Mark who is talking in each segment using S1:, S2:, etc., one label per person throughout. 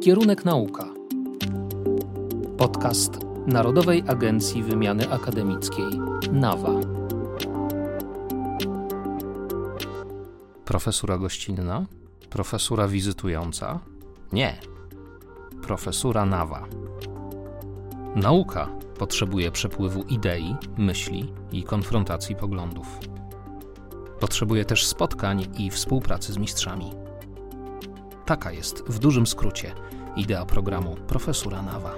S1: Kierunek nauka. Podcast Narodowej Agencji Wymiany Akademickiej NAWA. Profesura gościnna? Profesura wizytująca? Nie. Profesura NAWA. Nauka potrzebuje przepływu idei, myśli i konfrontacji poglądów. Potrzebuje też spotkań i współpracy z mistrzami. Taka jest w dużym skrócie idea programu Profesura NAWA.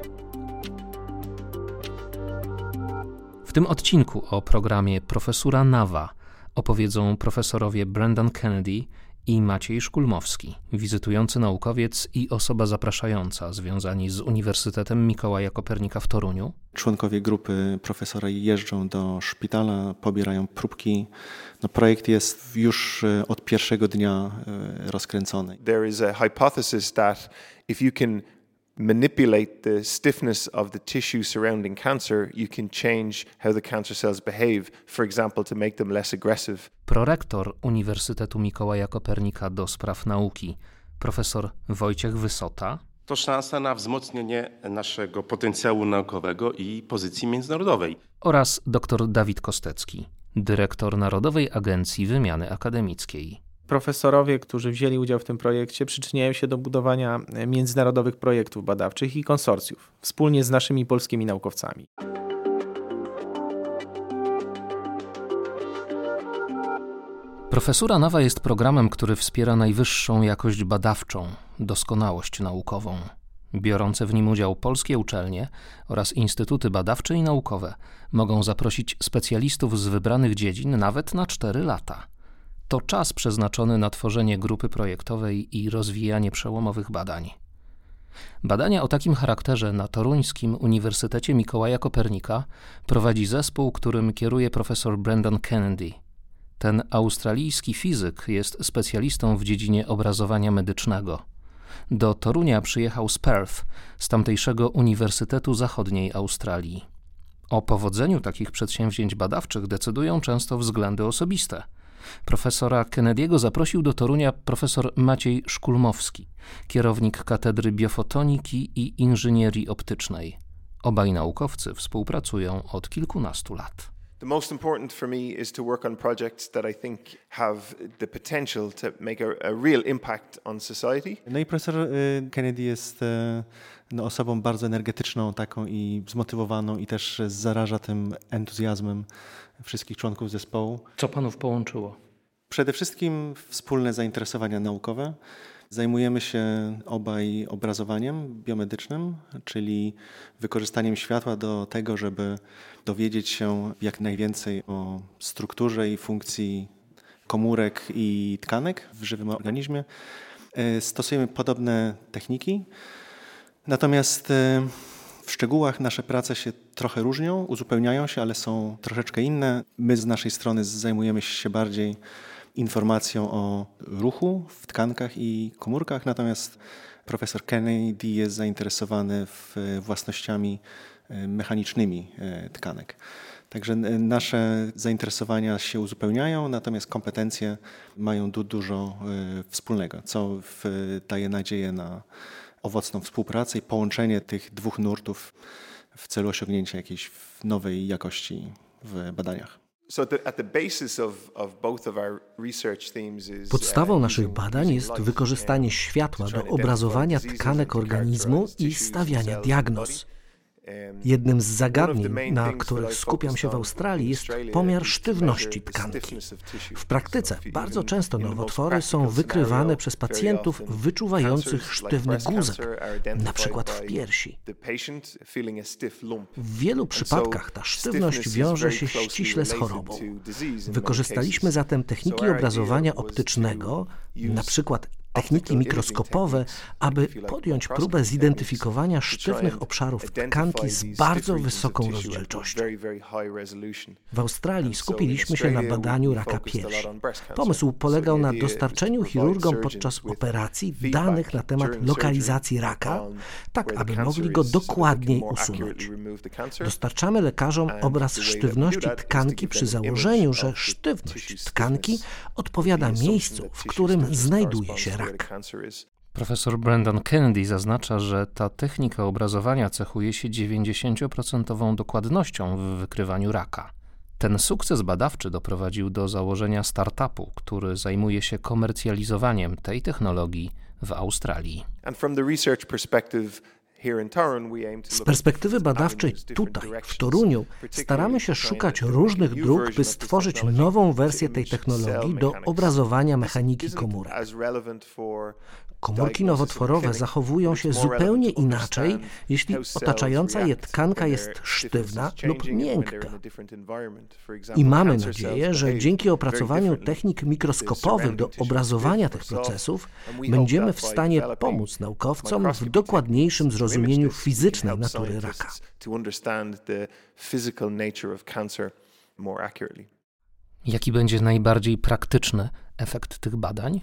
S1: W tym odcinku o programie Profesura NAWA opowiedzą profesorowie Brendan Kennedy i Maciej Szkulmowski, wizytujący naukowiec i osoba zapraszająca związani z Uniwersytetem Mikołaja Kopernika w Toruniu.
S2: Członkowie grupy profesora jeżdżą do szpitala, pobierają próbki. Projekt jest już od pierwszego dnia rozkręcony.
S3: There is a hypothesis that if you can manipulate the stiffness of the tissue surrounding cancer, you can change how the cancer cells behave, for example, to make them less aggressive.
S1: Prorektor Uniwersytetu Mikołaja Kopernika do spraw nauki, profesor Wojciech Wysota.
S4: To szansa na wzmocnienie naszego potencjału naukowego i pozycji międzynarodowej.
S1: Oraz dr Dawid Kostecki, dyrektor Narodowej Agencji Wymiany Akademickiej.
S5: Profesorowie, którzy wzięli udział w tym projekcie, przyczyniają się do budowania międzynarodowych projektów badawczych i konsorcjów, wspólnie z naszymi polskimi naukowcami.
S1: Profesura NAWA jest programem, który wspiera najwyższą jakość badawczą, doskonałość naukową. Biorące w nim udział polskie uczelnie oraz instytuty badawcze i naukowe mogą zaprosić specjalistów z wybranych dziedzin nawet na 4 lata. To czas przeznaczony na tworzenie grupy projektowej i rozwijanie przełomowych badań. Badania o takim charakterze na Toruńskim Uniwersytecie Mikołaja Kopernika prowadzi zespół, którym kieruje profesor Brendan Kennedy. Ten australijski fizyk jest specjalistą w dziedzinie obrazowania medycznego. Do Torunia przyjechał z Perth, z tamtejszego Uniwersytetu Zachodniej Australii. O powodzeniu takich przedsięwzięć badawczych decydują często względy osobiste. Profesora Kennedy'ego zaprosił do Torunia profesor Maciej Szkulmowski, kierownik Katedry Biofotoniki i Inżynierii Optycznej. Obaj naukowcy współpracują od kilkunastu lat.
S3: The most important for me is to work on projects that I think have the potential to make a real impact on society.
S2: I profesor Kennedy jest osobą bardzo energetyczną taką i zmotywowaną i też zaraża tym entuzjazmem wszystkich członków zespołu.
S1: Co panów połączyło?
S2: Przede wszystkim wspólne zainteresowania naukowe. Zajmujemy się obaj obrazowaniem biomedycznym, czyli wykorzystaniem światła do tego, żeby dowiedzieć się jak najwięcej o strukturze i funkcji komórek i tkanek w żywym organizmie. Stosujemy podobne techniki, natomiast w szczegółach nasze prace się trochę różnią, uzupełniają się, ale są troszeczkę inne. My z naszej strony zajmujemy się bardziej informacją o ruchu w tkankach i komórkach, natomiast profesor Kennedy jest zainteresowany własnościami mechanicznymi tkanek. Także nasze zainteresowania się uzupełniają, natomiast kompetencje mają dużo wspólnego, co daje nadzieję na owocną współpracę i połączenie tych dwóch nurtów w celu osiągnięcia jakiejś nowej jakości w badaniach.
S6: Podstawą naszych badań jest wykorzystanie światła do obrazowania tkanek organizmu i stawiania diagnoz. Jednym z zagadnień, na których skupiam się w Australii, jest pomiar sztywności tkanki. W praktyce bardzo często nowotwory są wykrywane przez pacjentów wyczuwających sztywny guzek, na przykład w piersi. W wielu przypadkach ta sztywność wiąże się ściśle z chorobą. Wykorzystaliśmy zatem techniki obrazowania optycznego, na przykład techniki mikroskopowe, aby podjąć próbę zidentyfikowania sztywnych obszarów tkanki z bardzo wysoką rozdzielczością. W Australii skupiliśmy się na badaniu raka piersi. Pomysł polegał na dostarczeniu chirurgom podczas operacji danych na temat lokalizacji raka, tak aby mogli go dokładniej usunąć. Dostarczamy lekarzom obraz sztywności tkanki przy założeniu, że sztywność tkanki odpowiada miejscu, w którym znajduje się rak.
S1: Profesor Brendan Kennedy zaznacza, że ta technika obrazowania cechuje się 90% dokładnością w wykrywaniu raka. Ten sukces badawczy doprowadził do założenia startupu, który zajmuje się komercjalizowaniem tej technologii w Australii.
S6: Z perspektywy badawczej tutaj, w Toruniu, staramy się szukać różnych dróg, by stworzyć nową wersję tej technologii do obrazowania mechaniki komórek. Komórki nowotworowe zachowują się zupełnie inaczej, jeśli otaczająca je tkanka jest sztywna lub miękka. I mamy nadzieję, że dzięki opracowaniu technik mikroskopowych do obrazowania tych procesów będziemy w stanie pomóc naukowcom w dokładniejszym zrozumieniu fizycznej natury raka.
S1: Jaki będzie najbardziej praktyczny efekt tych badań?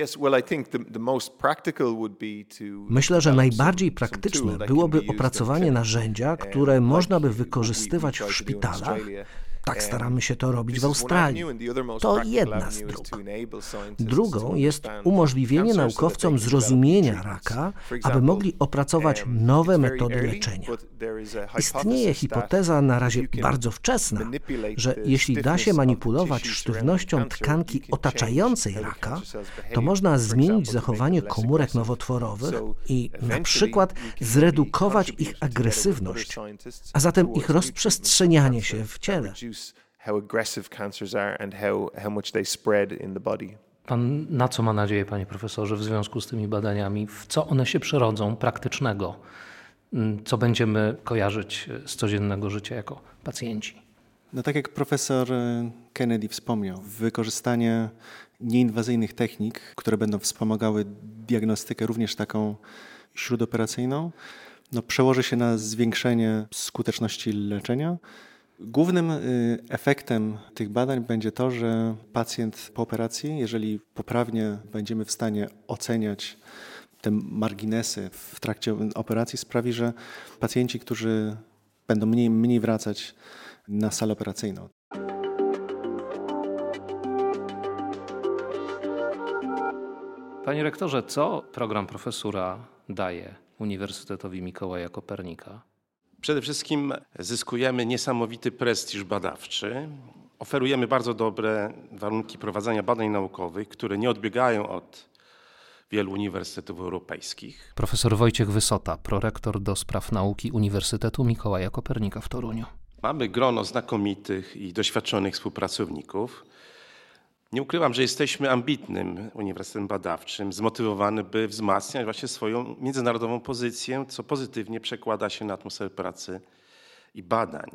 S6: Myślę, że najbardziej praktyczne byłoby opracowanie narzędzia, które można by wykorzystywać w szpitalach. Tak staramy się to robić w Australii. To jedna z dróg. Drugą jest umożliwienie naukowcom zrozumienia raka, aby mogli opracować nowe metody leczenia. Istnieje hipoteza, na razie bardzo wczesna, że jeśli da się manipulować sztywnością tkanki otaczającej raka, to można zmienić zachowanie komórek nowotworowych i na przykład zredukować ich agresywność, a zatem ich rozprzestrzenianie się w ciele.
S1: Pan na co ma nadzieję, panie profesorze, w związku z tymi badaniami? W co one się przerodzą praktycznego? Co będziemy kojarzyć z codziennego życia jako pacjenci?
S2: No tak jak profesor Kennedy wspomniał, wykorzystanie nieinwazyjnych technik, które będą wspomagały diagnostykę również taką śródoperacyjną, przełoży się na zwiększenie skuteczności leczenia. Głównym efektem tych badań będzie to, że pacjent po operacji, jeżeli poprawnie będziemy w stanie oceniać te marginesy w trakcie operacji, sprawi, że pacjenci, którzy będą mniej wracać na salę operacyjną.
S1: Panie rektorze, co program profesura daje Uniwersytetowi Mikołaja Kopernika?
S4: Przede wszystkim zyskujemy niesamowity prestiż badawczy. Oferujemy bardzo dobre warunki prowadzenia badań naukowych, które nie odbiegają od wielu uniwersytetów europejskich.
S1: Profesor Wojciech Wysota, prorektor do spraw nauki Uniwersytetu Mikołaja Kopernika w Toruniu.
S4: Mamy grono znakomitych i doświadczonych współpracowników. Nie ukrywam, że jesteśmy ambitnym uniwersytetem badawczym, zmotywowany, by wzmacniać właśnie swoją międzynarodową pozycję, co pozytywnie przekłada się na atmosferę pracy i badań.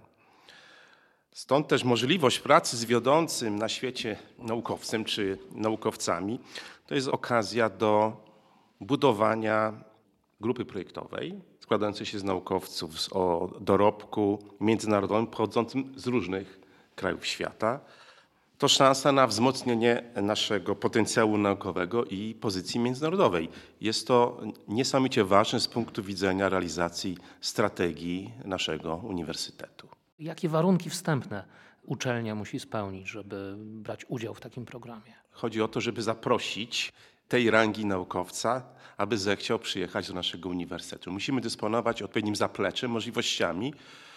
S4: Stąd też możliwość pracy z wiodącym na świecie naukowcem czy naukowcami to jest okazja do budowania grupy projektowej składającej się z naukowców o dorobku międzynarodowym pochodzącym z różnych krajów świata. To szansa na wzmocnienie naszego potencjału naukowego i pozycji międzynarodowej. Jest to niesamowicie ważne z punktu widzenia realizacji strategii naszego uniwersytetu.
S1: Jakie warunki wstępne uczelnia musi spełnić, żeby brać udział w takim programie?
S4: Chodzi o to, żeby zaprosić tej rangi naukowca, aby zechciał przyjechać do naszego uniwersytetu. Musimy dysponować odpowiednim zapleczem, możliwościami,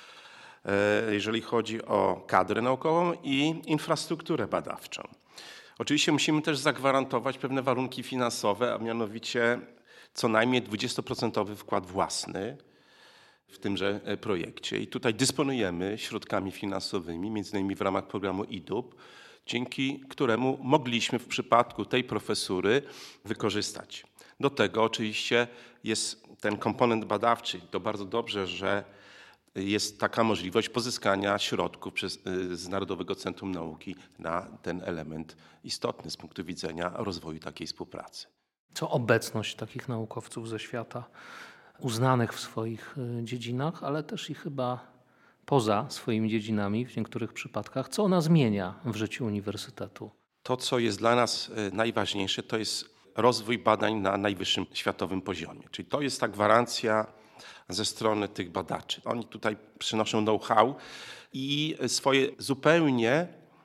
S4: jeżeli chodzi o kadrę naukową i infrastrukturę badawczą. Oczywiście musimy też zagwarantować pewne warunki finansowe, a mianowicie co najmniej 20% wkład własny w tymże projekcie. I tutaj dysponujemy środkami finansowymi, między innymi w ramach programu IDUB, dzięki któremu mogliśmy w przypadku tej profesury wykorzystać. Do tego oczywiście jest ten komponent badawczy. To bardzo dobrze, że jest taka możliwość pozyskania środków z Narodowego Centrum Nauki na ten element istotny z punktu widzenia rozwoju takiej współpracy.
S1: Co obecność takich naukowców ze świata, uznanych w swoich dziedzinach, ale też i chyba poza swoimi dziedzinami w niektórych przypadkach, co ona zmienia w życiu uniwersytetu?
S4: To, co jest dla nas najważniejsze, to jest rozwój badań na najwyższym światowym poziomie. Czyli to jest ta gwarancja ze strony tych badaczy. Oni tutaj przynoszą know-how i swoje zupełnie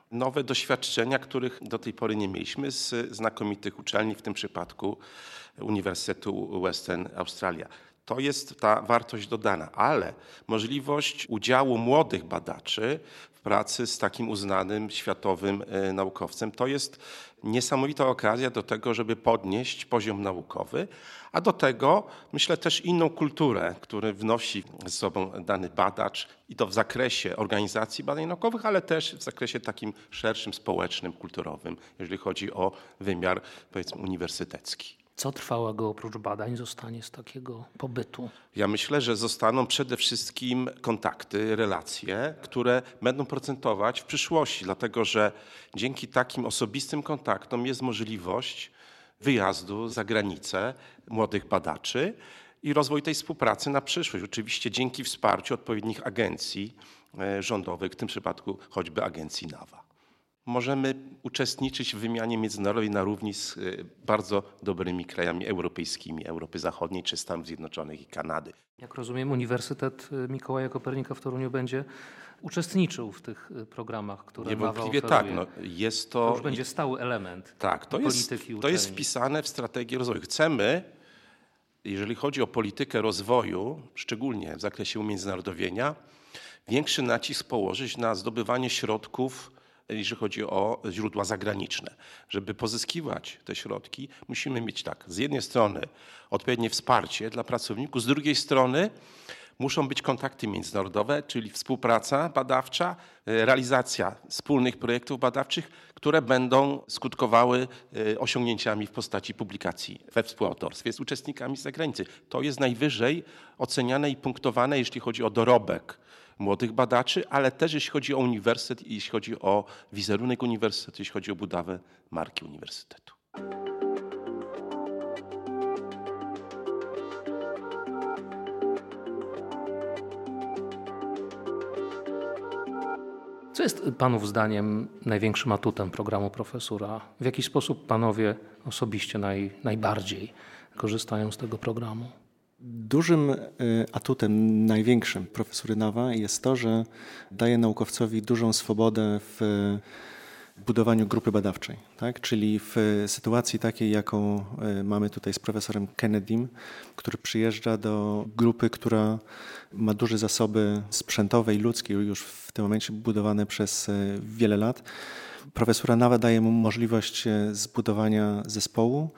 S4: nowe doświadczenia, których do tej pory nie mieliśmy z znakomitych uczelni, w tym przypadku Uniwersytetu Western Australia. To jest ta wartość dodana, ale możliwość udziału młodych badaczy w pracy z takim uznanym światowym naukowcem to jest niesamowita okazja do tego, żeby podnieść poziom naukowy, a do tego myślę też inną kulturę, którą wnosi ze sobą dany badacz i to w zakresie organizacji badań naukowych, ale też w zakresie takim szerszym, społecznym, kulturowym, jeżeli chodzi o wymiar, powiedzmy, uniwersytecki.
S1: Co trwałego oprócz badań zostanie z takiego pobytu?
S4: Ja myślę, że zostaną przede wszystkim kontakty, relacje, które będą procentować w przyszłości, dlatego że dzięki takim osobistym kontaktom jest możliwość wyjazdu za granicę młodych badaczy i rozwój tej współpracy na przyszłość. Oczywiście dzięki wsparciu odpowiednich agencji rządowych, w tym przypadku choćby agencji NAWA. Możemy uczestniczyć w wymianie międzynarodowej na równi z bardzo dobrymi krajami europejskimi, Europy Zachodniej czy Stanów Zjednoczonych i Kanady.
S1: Jak rozumiem, Uniwersytet Mikołaja Kopernika w Toruniu będzie uczestniczył w tych programach, które NAWA oferuje.
S4: Tak. Jest to
S1: już będzie stały element polityki uczelni.
S4: To jest wpisane w strategię rozwoju. Chcemy, jeżeli chodzi o politykę rozwoju, szczególnie w zakresie umiędzynarodowienia, większy nacisk położyć na zdobywanie środków, jeżeli chodzi o źródła zagraniczne. Żeby pozyskiwać te środki, musimy mieć z jednej strony odpowiednie wsparcie dla pracowników, z drugiej strony muszą być kontakty międzynarodowe, czyli współpraca badawcza, realizacja wspólnych projektów badawczych, które będą skutkowały osiągnięciami w postaci publikacji we współautorstwie z uczestnikami z zagranicy. To jest najwyżej oceniane i punktowane, jeśli chodzi o dorobek młodych badaczy, ale też jeśli chodzi o uniwersytet i jeśli chodzi o wizerunek uniwersytetu, jeśli chodzi o budowę marki uniwersytetu.
S1: Co jest panów zdaniem największym atutem programu Profesura? W jaki sposób panowie osobiście najbardziej korzystają z tego programu?
S2: Dużym atutem, największym profesury NAWA jest to, że daje naukowcowi dużą swobodę w budowaniu grupy badawczej. Tak? Czyli w sytuacji takiej, jaką mamy tutaj z profesorem Kennedym, który przyjeżdża do grupy, która ma duże zasoby sprzętowe i ludzkie, już w tym momencie budowane przez wiele lat. Profesura NAWA daje mu możliwość zbudowania zespołu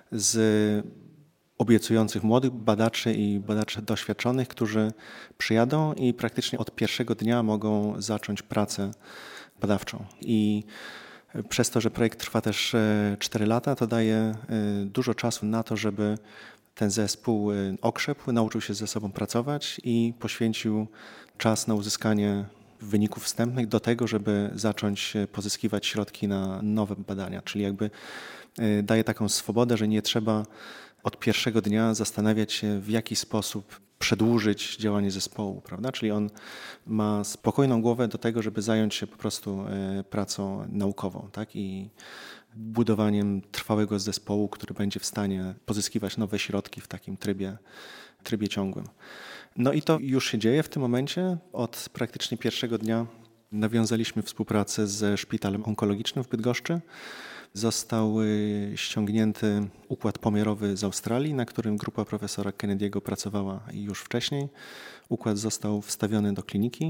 S2: z obiecujących młodych badaczy i badaczy doświadczonych, którzy przyjadą i praktycznie od pierwszego dnia mogą zacząć pracę badawczą. I przez to, że projekt trwa też 4 lata, to daje dużo czasu na to, żeby ten zespół okrzepł, nauczył się ze sobą pracować i poświęcił czas na uzyskanie wyników wstępnych do tego, żeby zacząć pozyskiwać środki na nowe badania. Czyli jakby daje taką swobodę, że nie trzeba od pierwszego dnia zastanawiać się, w jaki sposób przedłużyć działanie zespołu, prawda? Czyli on ma spokojną głowę do tego, żeby zająć się po prostu pracą naukową, tak? I budowaniem trwałego zespołu, który będzie w stanie pozyskiwać nowe środki w takim trybie ciągłym. No i to już się dzieje w tym momencie. Od praktycznie pierwszego dnia nawiązaliśmy współpracę ze Szpitalem Onkologicznym w Bydgoszczy. Został ściągnięty układ pomiarowy z Australii, na którym grupa profesora Kennedy'ego pracowała już wcześniej. Układ został wstawiony do kliniki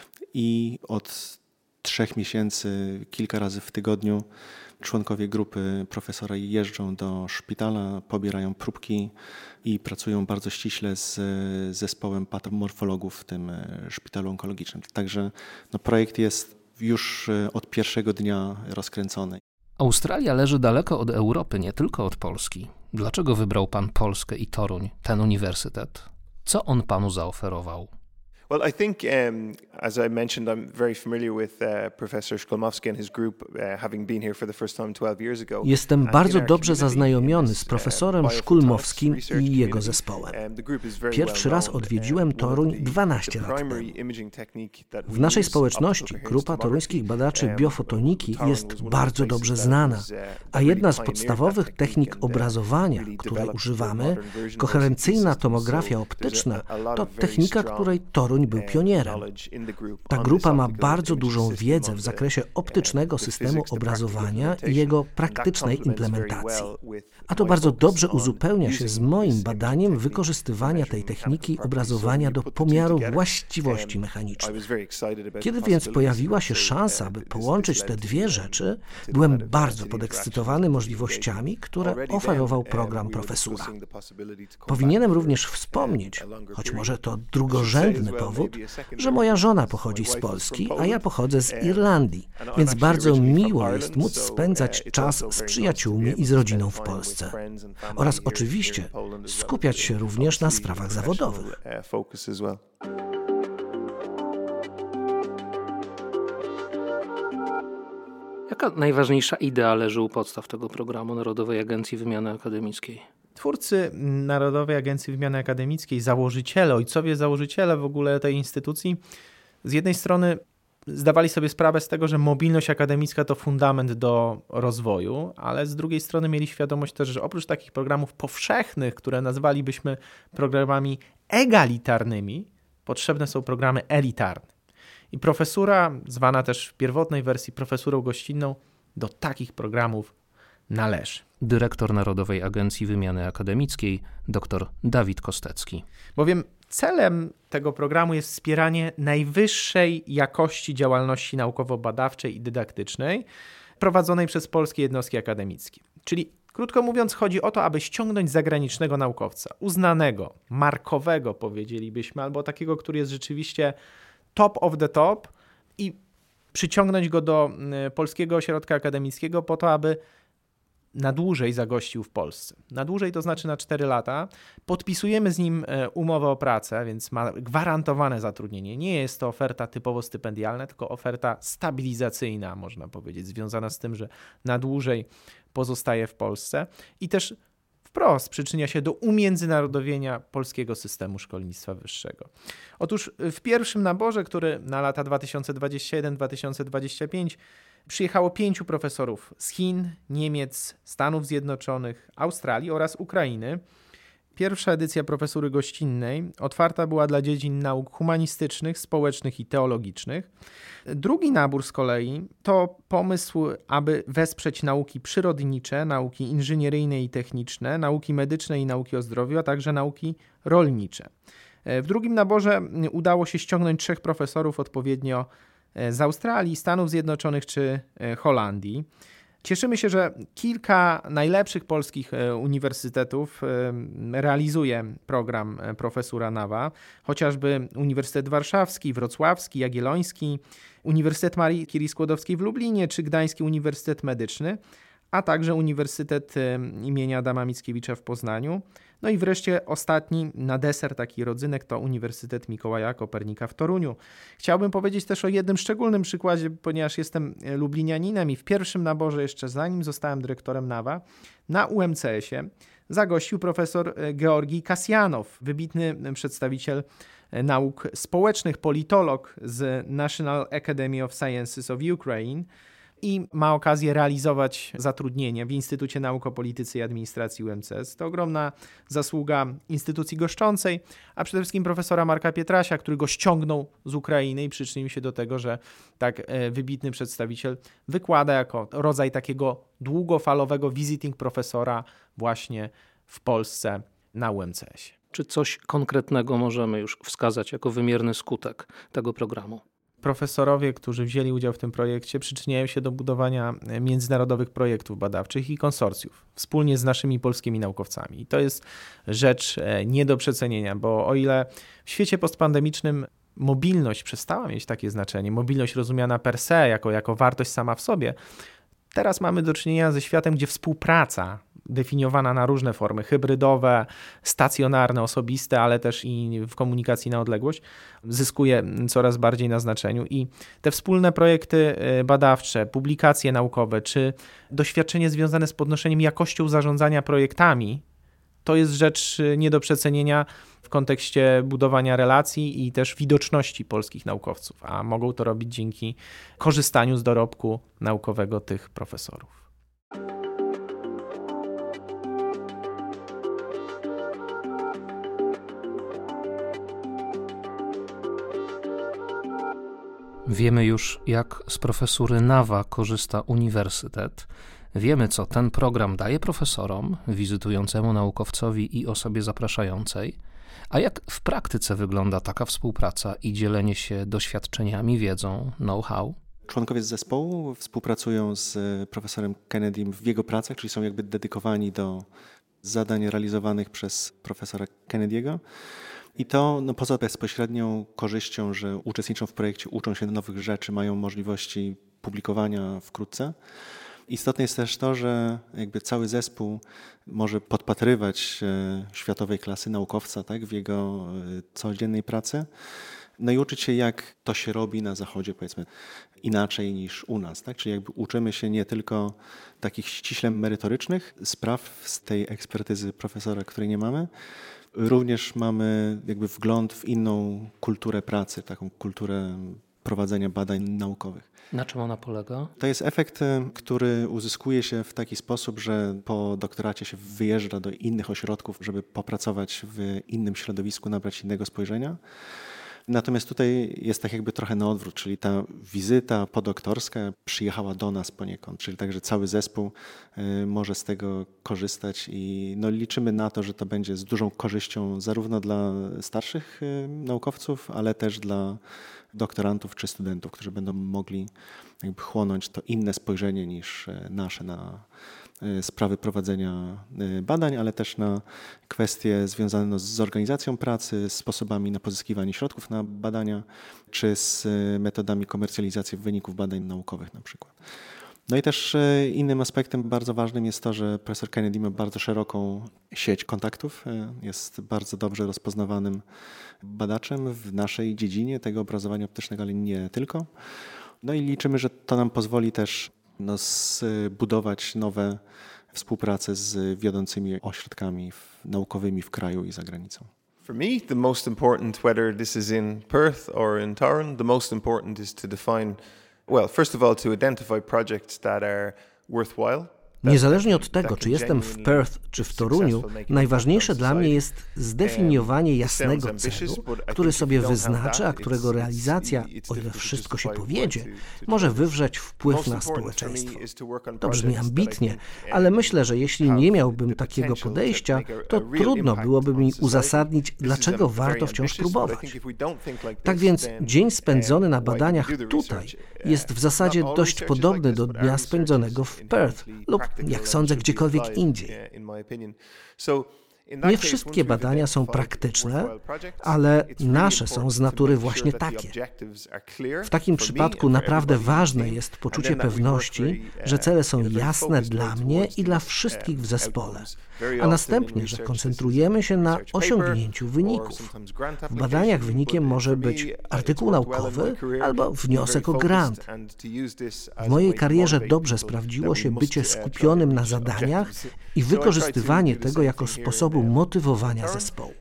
S2: i od 3 miesięcy, kilka razy w tygodniu członkowie grupy profesora jeżdżą do szpitala, pobierają próbki i pracują bardzo ściśle z zespołem patomorfologów w tym szpitalu onkologicznym. Także projekt jest już od pierwszego dnia rozkręcony.
S1: Australia leży daleko od Europy, nie tylko od Polski. Dlaczego wybrał pan Polskę i Toruń, ten uniwersytet? Co on panu zaoferował?
S3: Well, I think, as I mentioned, I'm very familiar with Professor Szkolmowski and his group, having been here for the first time 12 years ago.
S6: Jestem bardzo dobrze zaznajomiony z profesorem Szkolmowskim i jego zespołem. Pierwszy raz odwiedziłem Toruń 12 lat temu. W naszej społeczności grupa toruńskich badaczy biofotoniki jest bardzo dobrze znana, a jedna z podstawowych technik obrazowania, której używamy, koherencyjna tomografia optyczna, to technika, której Toruń Toruń był pionierem. Ta grupa ma bardzo dużą wiedzę w zakresie optycznego systemu obrazowania i jego praktycznej implementacji. A to bardzo dobrze uzupełnia się z moim badaniem wykorzystywania tej techniki obrazowania do pomiaru właściwości mechanicznych. Kiedy więc pojawiła się szansa, by połączyć te dwie rzeczy, byłem bardzo podekscytowany możliwościami, które oferował program profesura. Powinienem również wspomnieć, choć może to drugorzędny powód, że moja żona pochodzi z Polski, a ja pochodzę z Irlandii, więc bardzo miło jest móc spędzać czas z przyjaciółmi i z rodziną w Polsce. Oraz oczywiście skupiać się również na sprawach zawodowych.
S1: Jaka najważniejsza idea leży u podstaw tego programu Narodowej Agencji Wymiany Akademickiej?
S5: Twórcy Narodowej Agencji Wymiany Akademickiej, założyciele, ojcowie założyciele w ogóle tej instytucji, z jednej strony zdawali sobie sprawę z tego, że mobilność akademicka to fundament do rozwoju, ale z drugiej strony mieli świadomość też, że oprócz takich programów powszechnych, które nazwalibyśmy programami egalitarnymi, potrzebne są programy elitarne. I profesura, zwana też w pierwotnej wersji profesurą gościnną, do takich programów należy.
S1: Dyrektor Narodowej Agencji Wymiany Akademickiej dr Dawid Kostecki.
S5: Bowiem celem tego programu jest wspieranie najwyższej jakości działalności naukowo-badawczej i dydaktycznej prowadzonej przez polskie jednostki akademickie. Czyli krótko mówiąc, chodzi o to, aby ściągnąć zagranicznego naukowca, uznanego, markowego powiedzielibyśmy, albo takiego, który jest rzeczywiście top of the top i przyciągnąć go do polskiego ośrodka akademickiego po to, aby na dłużej zagościł w Polsce. Na dłużej to znaczy na 4 lata. Podpisujemy z nim umowę o pracę, więc ma gwarantowane zatrudnienie. Nie jest to oferta typowo stypendialna, tylko oferta stabilizacyjna, można powiedzieć, związana z tym, że na dłużej pozostaje w Polsce i też wprost przyczynia się do umiędzynarodowienia polskiego systemu szkolnictwa wyższego. Otóż w pierwszym naborze, który na lata 2021-2025 przyjechało 5 profesorów z Chin, Niemiec, Stanów Zjednoczonych, Australii oraz Ukrainy. Pierwsza edycja profesury gościnnej otwarta była dla dziedzin nauk humanistycznych, społecznych i teologicznych. Drugi nabór z kolei to pomysł, aby wesprzeć nauki przyrodnicze, nauki inżynieryjne i techniczne, nauki medyczne i nauki o zdrowiu, a także nauki rolnicze. W drugim naborze udało się ściągnąć 3 profesorów odpowiednio z Australii, Stanów Zjednoczonych czy Holandii. Cieszymy się, że kilka najlepszych polskich uniwersytetów realizuje program profesura NAWA, chociażby Uniwersytet Warszawski, Wrocławski, Jagielloński, Uniwersytet Marii Curie-Skłodowskiej w Lublinie czy Gdański Uniwersytet Medyczny, a także Uniwersytet imienia Adama Mickiewicza w Poznaniu. No i wreszcie ostatni na deser taki rodzynek to Uniwersytet Mikołaja Kopernika w Toruniu. Chciałbym powiedzieć też o jednym szczególnym przykładzie, ponieważ jestem lublinianinem i w pierwszym naborze, jeszcze zanim zostałem dyrektorem NAWA, na UMCS-ie zagościł profesor Georgij Kasjanow, wybitny przedstawiciel nauk społecznych, politolog z National Academy of Sciences of Ukraine, i ma okazję realizować zatrudnienie w Instytucie Nauk o Polityce i Administracji UMCS. To ogromna zasługa instytucji goszczącej, a przede wszystkim profesora Marka Pietrasia, który go ściągnął z Ukrainy i przyczynił się do tego, że tak wybitny przedstawiciel wykłada jako rodzaj takiego długofalowego visiting profesora właśnie w Polsce na UMCS-ie.
S1: Czy coś konkretnego możemy już wskazać jako wymierny skutek tego programu?
S5: Profesorowie, którzy wzięli udział w tym projekcie, przyczyniają się do budowania międzynarodowych projektów badawczych i konsorcjów wspólnie z naszymi polskimi naukowcami. I to jest rzecz nie do przecenienia, bo o ile w świecie postpandemicznym mobilność przestała mieć takie znaczenie, mobilność rozumiana per se jako wartość sama w sobie, teraz mamy do czynienia ze światem, gdzie współpraca definiowana na różne formy, hybrydowe, stacjonarne, osobiste, ale też i w komunikacji na odległość, zyskuje coraz bardziej na znaczeniu i te wspólne projekty badawcze, publikacje naukowe, czy doświadczenie związane z podnoszeniem jakością zarządzania projektami, to jest rzecz nie do przecenienia w kontekście budowania relacji i też widoczności polskich naukowców, a mogą to robić dzięki korzystaniu z dorobku naukowego tych profesorów.
S1: Wiemy już, jak z profesury NAWA korzysta uniwersytet. Wiemy, co ten program daje profesorom, wizytującemu naukowcowi i osobie zapraszającej. A jak w praktyce wygląda taka współpraca i dzielenie się doświadczeniami, wiedzą, know-how?
S2: Członkowie z zespołu współpracują z profesorem Kennedym w jego pracach, czyli są jakby dedykowani do zadań realizowanych przez profesora Kennedy'ego. I to poza bezpośrednią korzyścią, że uczestniczą w projekcie, uczą się nowych rzeczy, mają możliwości publikowania wkrótce. Istotne jest też to, że jakby cały zespół może podpatrywać światowej klasy naukowca, tak, w jego codziennej pracy. No i uczyć się, jak to się robi na Zachodzie, powiedzmy, inaczej niż u nas. Tak? Czyli jakby uczymy się nie tylko takich ściśle merytorycznych spraw z tej ekspertyzy profesora, której nie mamy, również mamy jakby wgląd w inną kulturę pracy, taką kulturę prowadzenia badań naukowych.
S1: Na czym ona polega?
S2: To jest efekt, który uzyskuje się w taki sposób, że po doktoracie się wyjeżdża do innych ośrodków, żeby popracować w innym środowisku, nabrać innego spojrzenia. Natomiast tutaj jest tak jakby trochę na odwrót, czyli ta wizyta podoktorska przyjechała do nas poniekąd, czyli także cały zespół może z tego korzystać i liczymy na to, że to będzie z dużą korzyścią zarówno dla starszych naukowców, ale też dla doktorantów czy studentów, którzy będą mogli jakby chłonąć to inne spojrzenie niż nasze na sprawy prowadzenia badań, ale też na kwestie związane z organizacją pracy, sposobami na pozyskiwanie środków na badania, czy z metodami komercjalizacji wyników badań naukowych na przykład. No i też innym aspektem bardzo ważnym jest to, że profesor Kennedy ma bardzo szeroką sieć kontaktów, jest bardzo dobrze rozpoznawanym badaczem w naszej dziedzinie tego obrazowania optycznego, ale nie tylko. No i liczymy, że to nam pozwoli też zbudować nowe współpracę z wiodącymi ośrodkami naukowymi w kraju i za granicą.
S3: For me, the most important, whether this is in Perth or in Torun, the most important is to define, well, first of all, to identify projects that are worthwhile.
S6: Niezależnie od tego, czy jestem w Perth czy w Toruniu, najważniejsze dla mnie jest zdefiniowanie jasnego celu, który sobie wyznaczę, a którego realizacja, o ile wszystko się powiedzie, może wywrzeć wpływ na społeczeństwo. To brzmi ambitnie, ale myślę, że jeśli nie miałbym takiego podejścia, to trudno byłoby mi uzasadnić, dlaczego warto wciąż próbować. Tak więc dzień spędzony na badaniach tutaj jest w zasadzie dość podobny do dnia spędzonego w Perth lub, jak sądzę, gdziekolwiek indziej. Nie wszystkie badania są praktyczne, ale nasze są z natury właśnie takie. W takim przypadku naprawdę ważne jest poczucie pewności, że cele są jasne dla mnie i dla wszystkich w zespole, a następnie, że koncentrujemy się na osiągnięciu wyników. W badaniach wynikiem może być artykuł naukowy albo wniosek o grant. W mojej karierze dobrze sprawdziło się bycie skupionym na zadaniach i wykorzystywanie tego jako sposobu motywowania zespołu.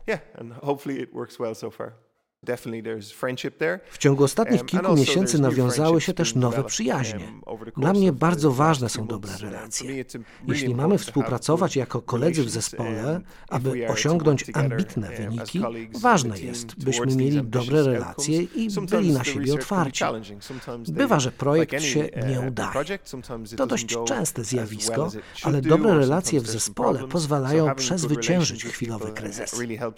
S6: W ciągu ostatnich kilku miesięcy nawiązały się też nowe przyjaźnie. Dla mnie bardzo ważne są dobre relacje. Jeśli mamy współpracować jako koledzy w zespole, aby osiągnąć ambitne wyniki, ważne jest, byśmy mieli dobre relacje i byli na siebie otwarci. Bywa, że projekt się nie udaje. To dość częste zjawisko, ale dobre relacje w zespole pozwalają przezwyciężyć chwilowy kryzys.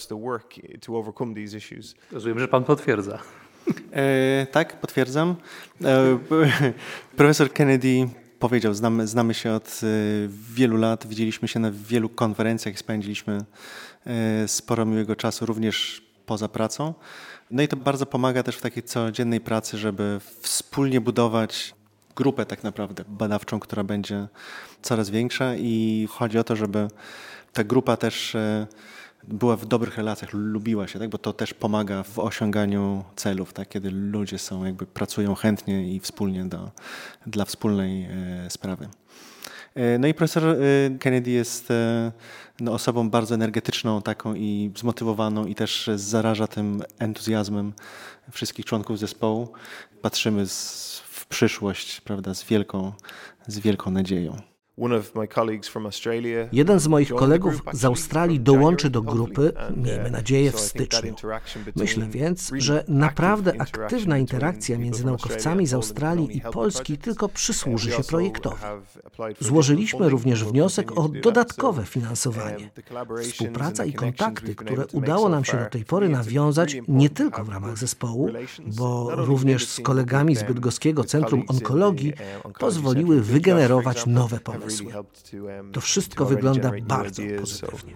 S1: Rozumiem, że pan potwierdza.
S2: Tak, potwierdzam. Profesor Kennedy powiedział, znamy się od wielu lat, widzieliśmy się na wielu konferencjach, spędziliśmy sporo miłego czasu, również poza pracą. No i to bardzo pomaga też w takiej codziennej pracy, żeby wspólnie budować grupę tak naprawdę badawczą, która będzie coraz większa i chodzi o to, żeby ta grupa też była w dobrych relacjach, lubiła się, tak? Bo to też pomaga w osiąganiu celów, tak? Kiedy ludzie pracują chętnie i wspólnie dla wspólnej sprawy. No i profesor Kennedy jest osobą bardzo energetyczną taką i zmotywowaną i też zaraża tym entuzjazmem wszystkich członków zespołu. Patrzymy w przyszłość, prawda, z wielką nadzieją.
S6: Jeden z moich kolegów z Australii dołączy do grupy, miejmy nadzieję, w styczniu. Myślę więc, że naprawdę aktywna interakcja między naukowcami z Australii i Polski tylko przysłuży się projektowi. Złożyliśmy również wniosek o dodatkowe finansowanie. Współpraca i kontakty, które udało nam się do tej pory nawiązać nie tylko w ramach zespołu, bo również z kolegami z Bydgoskiego Centrum Onkologii, pozwoliły wygenerować nowe pomysły. To wszystko wygląda bardzo pozytywnie.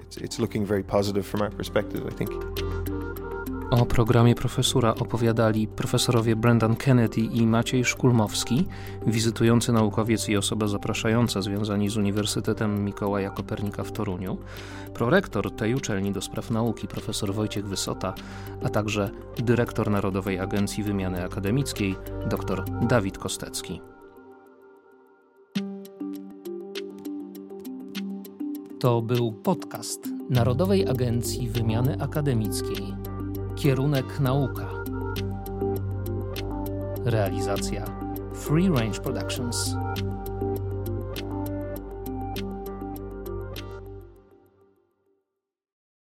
S1: O programie profesura opowiadali profesorowie Brendan Kennedy i Maciej Szkulmowski, wizytujący naukowiec i osoba zapraszająca związani z Uniwersytetem Mikołaja Kopernika w Toruniu, prorektor tej uczelni do spraw nauki profesor Wojciech Wysota, a także dyrektor Narodowej Agencji Wymiany Akademickiej dr Dawid Kostecki. To był podcast Narodowej Agencji Wymiany Akademickiej. Kierunek nauka. Realizacja Free Range Productions.